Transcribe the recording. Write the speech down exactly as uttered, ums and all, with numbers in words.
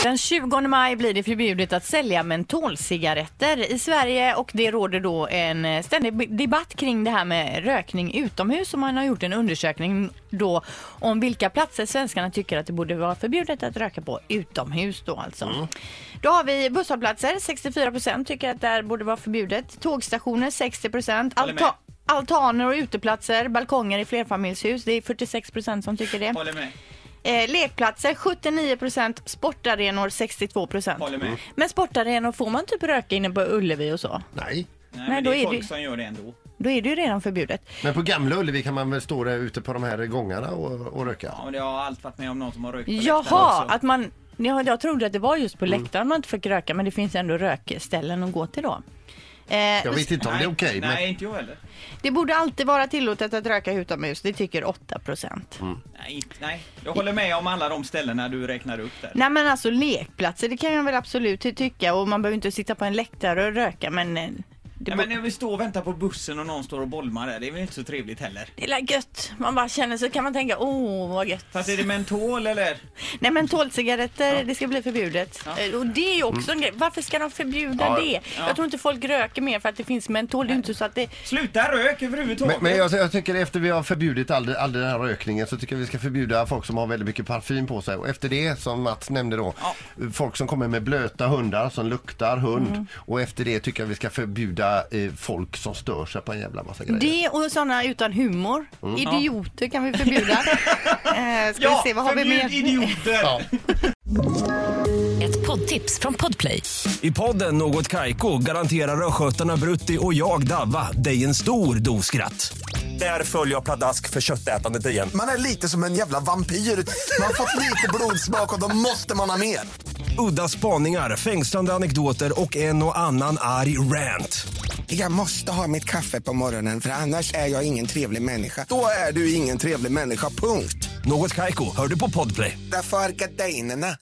Den tjugonde maj blir det förbjudet att sälja mentolcigaretter i Sverige och det råder då en ständig debatt kring det här med rökning utomhus och man har gjort en undersökning då om vilka platser svenskarna tycker att det borde vara förbjudet att röka på utomhus då alltså. Mm. Då har vi busshållplatser, sextiofyra procent tycker att det här borde vara förbjudet. Tågstationer, sextio procent. Alta- altaner och uteplatser, balkonger i flerfamiljshus, det är fyrtiosex procent som tycker det. Håller med. Eh, lekplatser sjuttionio procent, sportarenor sextiotvå procent. Håller med. Men sportarenor får man typ röka inne på Ullevi och så? Nej. Nej, men då det är, är folk det... som gör det ändå. Då är det ju redan förbjudet. Men på Gamla Ullevi kan man väl stå där ute på de här gångarna och, och röka? Ja, men det har allt varit med om någon som har rökt på Jaha, att man... Ja, jag trodde att det var just på läktaren mm. man inte fick röka, men det finns ändå rökställen att gå till då. Eh, jag vet inte om nej, det är okej. Okay, nej, men... inte jag heller. Det borde alltid vara tillåtet att röka utomhus, det tycker åtta procent. Mm. Nej, nej, jag håller med om alla de ställena du räknar upp där. Nej men alltså lekplatser, det kan jag väl absolut tycka och man behöver inte sitta på en läktare och röka, men... Det ja, men när vi står och väntar på bussen och någon står och bolmar där, det är väl inte så trevligt heller. Det är gött. Man bara känner så kan man tänka, åh vad gött. Fast är det mentol eller? Nej, mentolcigaretter, ja. Det ska bli förbjudet. Ja. Och det är ju också en grej. Varför ska de förbjuda ja. det? Ja. Jag tror inte folk röker mer för att det finns mentol. Det är inte så att det... Sluta rök överhuvudtaget. Men, men jag, jag tycker efter vi har förbjudit all, all den här rökningen så tycker jag vi ska förbjuda folk som har väldigt mycket parfym på sig. Och efter det, som Mats nämnde då, ja. folk som kommer med blöta hundar som luktar hund. Mm. Och efter det tycker jag vi ska förbjuda eh, folk som stör sig på en jävla massa grejer. Det och sådana utan humor. Mm. Idioter kan vi förbjuda. eh, ska ja, vi se, vad har vi med? idioter! Ja. Ett poddtips från Podplay. I podden Något Kaiko garanterar röskötarna Brutti och jag Davva dig en stor doskratt. Där följer jag pladask för köttätandet igen. Man är lite som en jävla vampyr. Man har fått lite blodsmak och då måste man ha mer. Udda spaningar, fängslande anekdoter och en och annan arg rant. Jag måste ha mitt kaffe på morgonen för annars är jag ingen trevlig människa. Då är du ingen trevlig människa, punkt. Något Kaiko, hör du på Podplay. Därför är gardinerna.